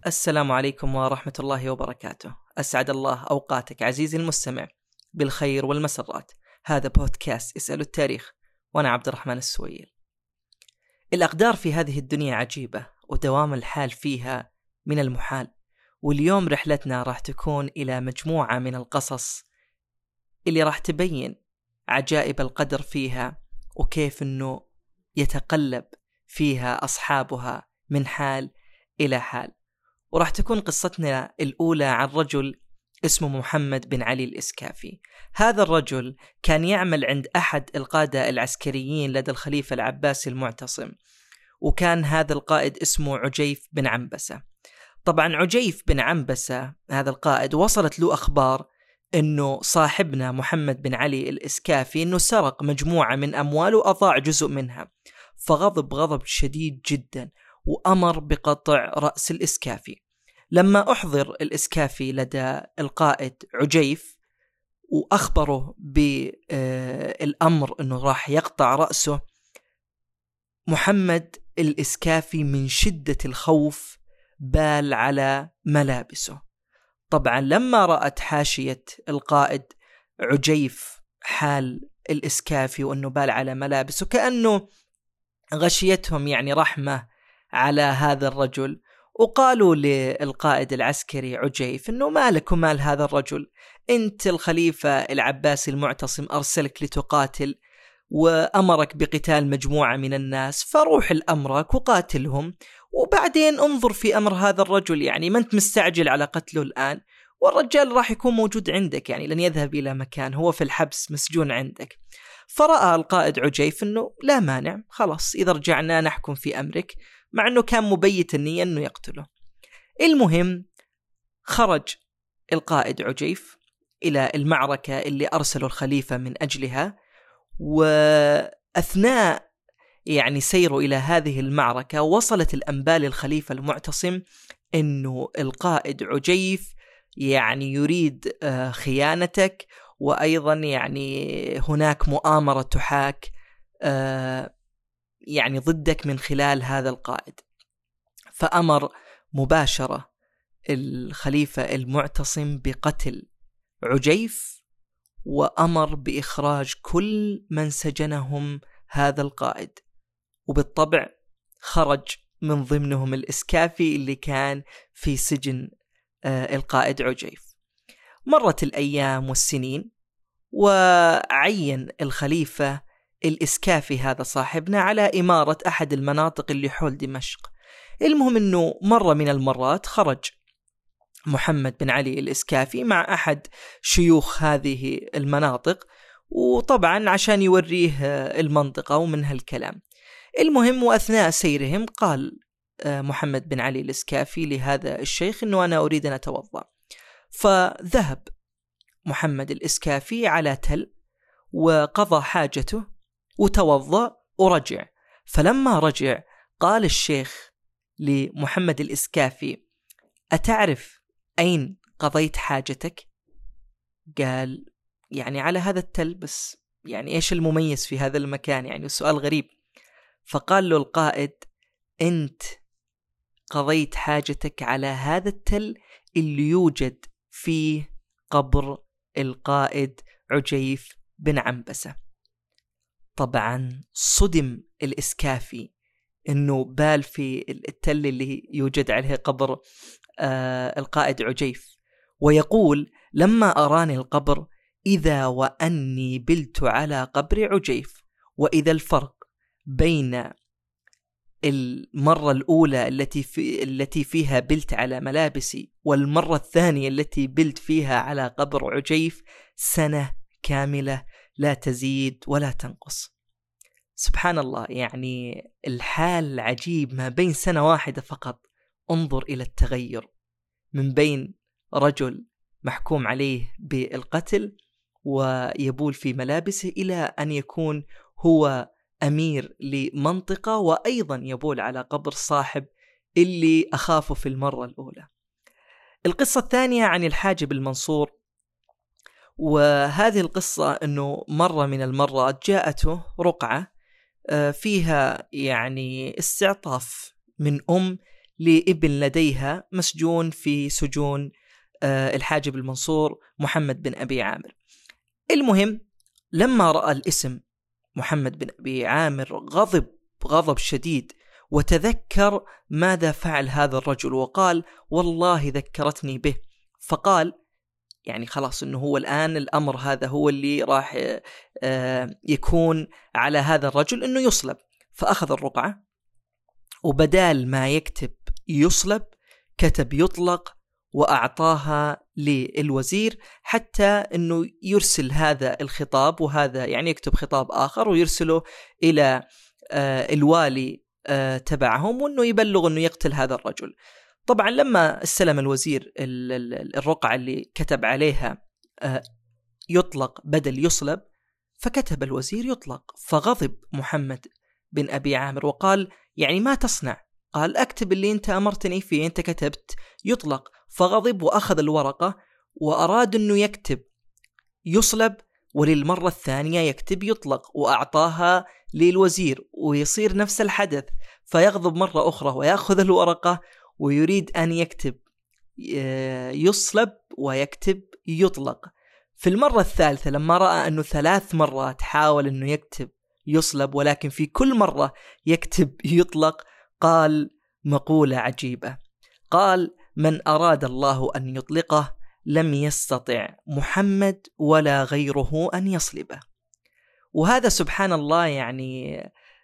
السلام عليكم ورحمة الله وبركاته. أسعد الله أوقاتك عزيزي المستمع بالخير والمسرات. هذا بودكاست اسألوا التاريخ، وأنا عبد الرحمن السويل. الأقدار في هذه الدنيا عجيبة، ودوام الحال فيها من المحال. واليوم رحلتنا راح تكون إلى مجموعة من القصص اللي راح تبين عجائب القدر فيها، وكيف أنه يتقلب فيها أصحابها من حال إلى حال. وراح تكون قصتنا الأولى عن رجل اسمه محمد بن علي الإسكافي. هذا الرجل كان يعمل عند أحد القادة العسكريين لدى الخليفة العباسي المعتصم، وكان هذا القائد اسمه عجيف بن عنبسة. طبعا عجيف بن عنبسة هذا القائد وصلت له أخبار أنه صاحبنا محمد بن علي الإسكافي أنه سرق مجموعة من أمواله وأضاع جزء منها، فغضب غضب شديد جدا وأمر بقطع رأس الإسكافي. لما أحضر الإسكافي لدى القائد عجيف وأخبره بالأمر أنه راح يقطع رأسه، محمد الإسكافي من شدة الخوف بال على ملابسه. طبعا لما رأت حاشية القائد عجيف حال الإسكافي وأنه بال على ملابسه، كأنه غشيتهم يعني رحمة على هذا الرجل، وقالوا للقائد العسكري عجيف إنه مالك ومال هذا الرجل، أنت الخليفة العباسي المعتصم أرسلك لتقاتل وأمرك بقتال مجموعة من الناس، فروح الأمرك وقاتلهم، وبعدين انظر في أمر هذا الرجل، يعني ما أنت مستعجل على قتله الآن، والرجال راح يكون موجود عندك، يعني لن يذهب إلى مكان، هو في الحبس مسجون عندك. فرأى القائد عجيف أنه لا مانع، خلاص إذا رجعنا نحكم في أمرك، مع أنه كان مبيت النية أنه يقتله. المهم خرج القائد عجيف إلى المعركة اللي أرسله الخليفة من أجلها، وأثناء يعني سيره إلى هذه المعركة وصلت الأنباء للخليفة المعتصم أنه القائد عجيف يعني يريد خيانتك، وأيضا يعني هناك مؤامرة تحاك يعني ضدك من خلال هذا القائد. فأمر مباشرة الخليفة المعتصم بقتل عجيف، وأمر بإخراج كل من سجنهم هذا القائد، وبالطبع خرج من ضمنهم الإسكافي اللي كان في سجن القائد عجيف. مرت الأيام والسنين، وعين الخليفة الإسكافي هذا صاحبنا على إمارة أحد المناطق اللي حول دمشق. المهم أنه مرة من المرات خرج محمد بن علي الإسكافي مع أحد شيوخ هذه المناطق، وطبعا عشان يوريه المنطقة ومن هالكلام. المهم وأثناء سيرهم قال محمد بن علي الإسكافي لهذا الشيخ أنه أنا أريد أن أتوضأ. فذهب محمد الإسكافي على تل وقضى حاجته وتوضأ ورجع. فلما رجع قال الشيخ لمحمد الإسكافي: أتعرف أين قضيت حاجتك؟ قال: يعني على هذا التل، بس يعني إيش المميز في هذا المكان؟ يعني سؤال غريب. فقال له القائد: أنت قضيت حاجتك على هذا التل اللي يوجد فيه قبر القائد عجيف بن عنبسة. طبعا صدم الإسكافي إنه بال في التل اللي يوجد عليه قبر القائد عجيف، ويقول: لما أراني القبر إذا وأني بلت على قبر عجيف، وإذا الفرق بين المرة الأولى التي فيها بلت على ملابسي والمرة الثانية التي بلت فيها على قبر عجيف سنة كاملة لا تزيد ولا تنقص. سبحان الله، يعني الحال عجيب، ما بين سنة واحدة فقط. انظر إلى التغير من بين رجل محكوم عليه بالقتل ويبول في ملابسه إلى أن يكون هو أمير لمنطقة، وأيضا يبول على قبر صاحب اللي أخافه في المرة الأولى. القصة الثانية عن الحاجب المنصور، وهذه القصة أنه مرة من المرات جاءته رقعة فيها يعني استعطاف من لابن لديها مسجون في سجون الحاجب المنصور محمد بن أبي عامر. المهم لما رأى الاسم محمد بن أبي عامر غضب شديد، وتذكر ماذا فعل هذا الرجل وقال والله ذكرتني به، فقال يعني خلاص إنه هو الآن الأمر هذا هو اللي راح يكون على هذا الرجل إنه يصلب. فأخذ الرقعة وبدال ما يكتب يصلب كتب يطلق، وأعطاها للوزير حتى أنه يرسل هذا الخطاب، وهذا يعني يكتب خطاب آخر ويرسله إلى الوالي تبعهم، وأنه يبلغ أنه يقتل هذا الرجل. طبعا لما استلم الوزير الرقعة اللي كتب عليها يطلق بدل يصلب، فكتب الوزير يطلق، فغضب محمد بن أبي عامر وقال يعني ما تصنع؟ قال أكتب اللي أنت أمرتني فيه، أنت كتبت يطلق. فغضب وأخذ الورقة وأراد أنه يكتب يصلب، وللمرة الثانية يكتب يطلق، وأعطاها للوزير ويصير نفس الحدث، فيغضب مرة أخرى ويأخذ الورقة ويريد أن يكتب يصلب ويكتب يطلق. في المرة الثالثة لما رأى أنه 3 مرات حاول أنه يكتب يصلب ولكن في كل مرة يكتب يطلق، قال مقولة عجيبة، قال من أراد الله أن يطلقه لم يستطع محمد ولا غيره أن يصلبه. وهذا سبحان الله يعني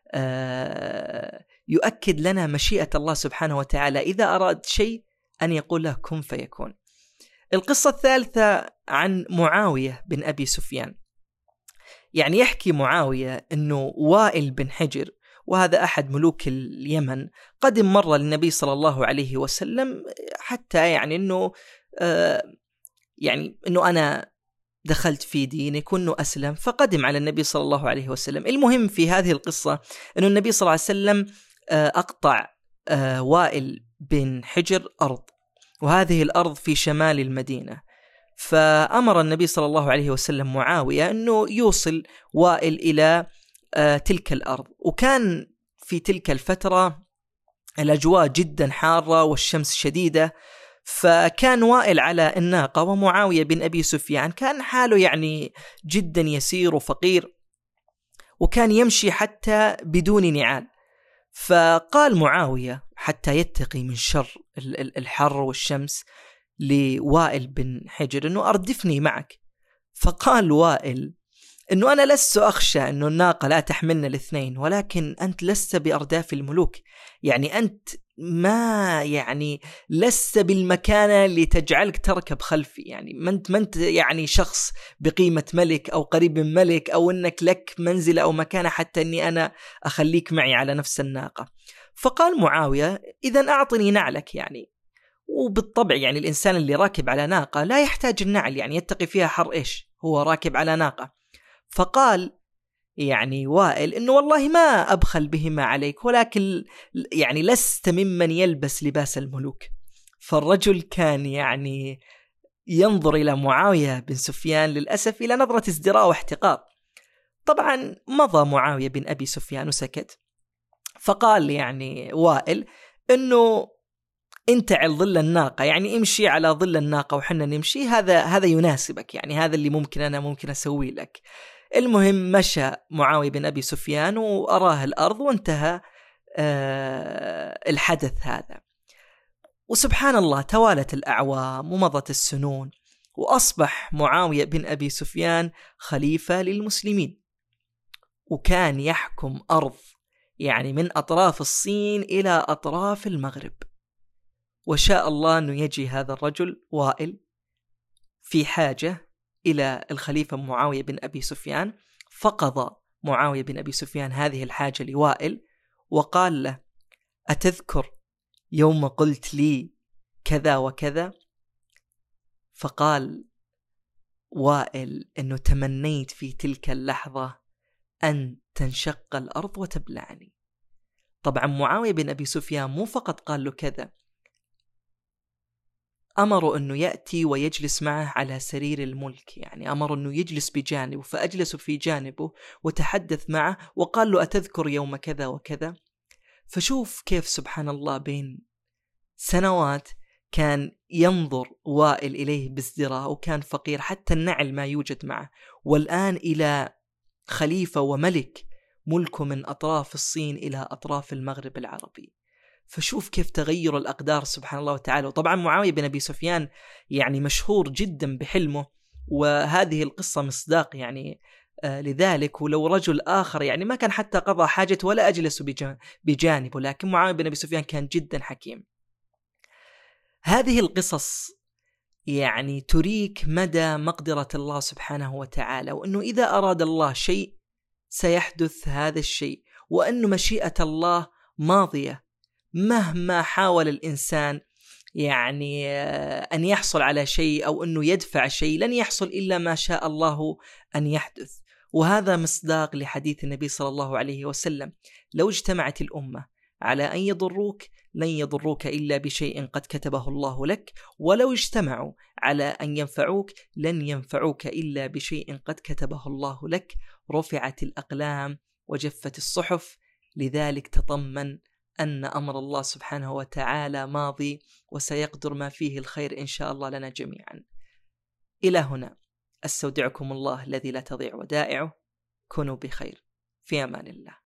يؤكد لنا مشيئة الله سبحانه وتعالى إذا أراد شيء أن يقول له كن فيكون. القصة الثالثة عن معاوية بن أبي سفيان. يعني يحكي معاوية أنه وائل بن حجر، وهذا أحد ملوك اليمن، قدم مرة للنبي صلى الله عليه وسلم حتى يعني أنه أنا دخلت في دينك وأنه أسلم، فقدم على النبي صلى الله عليه وسلم. المهم في هذه القصة أنه النبي صلى الله عليه وسلم أقطع وائل بن حجر أرض، وهذه الأرض في شمال المدينة، فأمر النبي صلى الله عليه وسلم معاوية أنه يوصل وائل إلى تلك الأرض. وكان في تلك الفترة الأجواء جدا حارة والشمس شديدة، فكان وائل على الناقة ومعاوية بن أبي سفيان كان حاله يعني جدا يسير وفقير، وكان يمشي حتى بدون نعال. فقال معاوية حتى يتقي من شر الحر والشمس لوائل بن حجر أنه أردفني معك. فقال وائل أنه أنا لست أخشى أنه الناقة لا تحملنا الاثنين، ولكن أنت لست بأرداف الملوك، يعني أنت ما يعني لست بالمكانة اللي تجعلك تركب خلفي، يعني ما أنت يعني شخص بقيمة ملك أو قريب من ملك أو أنك لك منزل أو مكانة حتى أني أنا أخليك معي على نفس الناقة. فقال معاوية إذن أعطني نعلك يعني. وبالطبع يعني الإنسان اللي راكب على ناقة لا يحتاج النعل، يعني يتقي فيها حر إيش، هو راكب على ناقة. فقال يعني وائل إنه والله ما أبخل بهما عليك، ولكن يعني لست ممن يلبس لباس الملوك. فالرجل كان يعني ينظر إلى معاوية بن سفيان للأسف إلى نظرة ازدراء واحتقار. طبعا مضى معاوية بن أبي سفيان وسكت. فقال يعني وائل إنه انتعل ظل الناقة، يعني امشي على ظل الناقة وحنا نمشي، هذا يناسبك، يعني هذا اللي ممكن أسوي لك. المهم مشى معاوية بن أبي سفيان وأراه الأرض، وانتهى الحدث هذا. وسبحان الله توالت الأعوام ومضت السنون، وأصبح معاوية بن أبي سفيان خليفة للمسلمين، وكان يحكم أرض يعني من أطراف الصين إلى أطراف المغرب. وشاء الله أنه يجي هذا الرجل وائل في حاجة إلى الخليفة معاوية بن أبي سفيان، فقضى معاوية بن أبي سفيان هذه الحاجة لوائل وقال له أتذكر يوم قلت لي كذا وكذا؟ فقال وائل أنه تمنيت في تلك اللحظة أن تنشق الأرض وتبلعني. طبعا معاوية بن أبي سفيان مو فقط قال له كذا، أمره أنه يأتي ويجلس معه على سرير الملك، يعني أمره أنه يجلس بجانبه، فأجلس في جانبه وتحدث معه وقال له أتذكر يوم كذا وكذا. فشوف كيف سبحان الله بين سنوات كان ينظر وائل إليه بازدراء وكان فقير، حتى النعل ما يوجد معه، والآن إلى خليفة وملك، ملكه من أطراف الصين إلى أطراف المغرب العربي. فشوف كيف تغير الأقدار سبحان الله وتعالى. وطبعا معاوية بن أبي سفيان يعني مشهور جدا بحلمه، وهذه القصة مصداق يعني لذلك. ولو رجل آخر يعني ما كان حتى قضى حاجته ولا أجلس بجانبه، لكن معاوية بن أبي سفيان كان جدا حكيم. هذه القصص يعني تريك مدى مقدرة الله سبحانه وتعالى، وأنه إذا أراد الله شيء سيحدث هذا الشيء، وأن مشيئة الله ماضية. مهما حاول الإنسان يعني أن يحصل على شيء أو أنه يدفع شيء، لن يحصل إلا ما شاء الله أن يحدث. وهذا مصداق لحديث النبي صلى الله عليه وسلم: لو اجتمعت الأمة على أن يضروك لن يضروك إلا بشيء قد كتبه الله لك، ولو اجتمعوا على أن ينفعوك لن ينفعوك إلا بشيء قد كتبه الله لك. رفعت الأقلام وجفت الصحف. لذلك تطمن أن أمر الله سبحانه وتعالى ماضي، وسيقدر ما فيه الخير إن شاء الله لنا جميعا. إلى هنا أستودعكم الله الذي لا تضيع ودائعه. كونوا بخير، في أمان الله.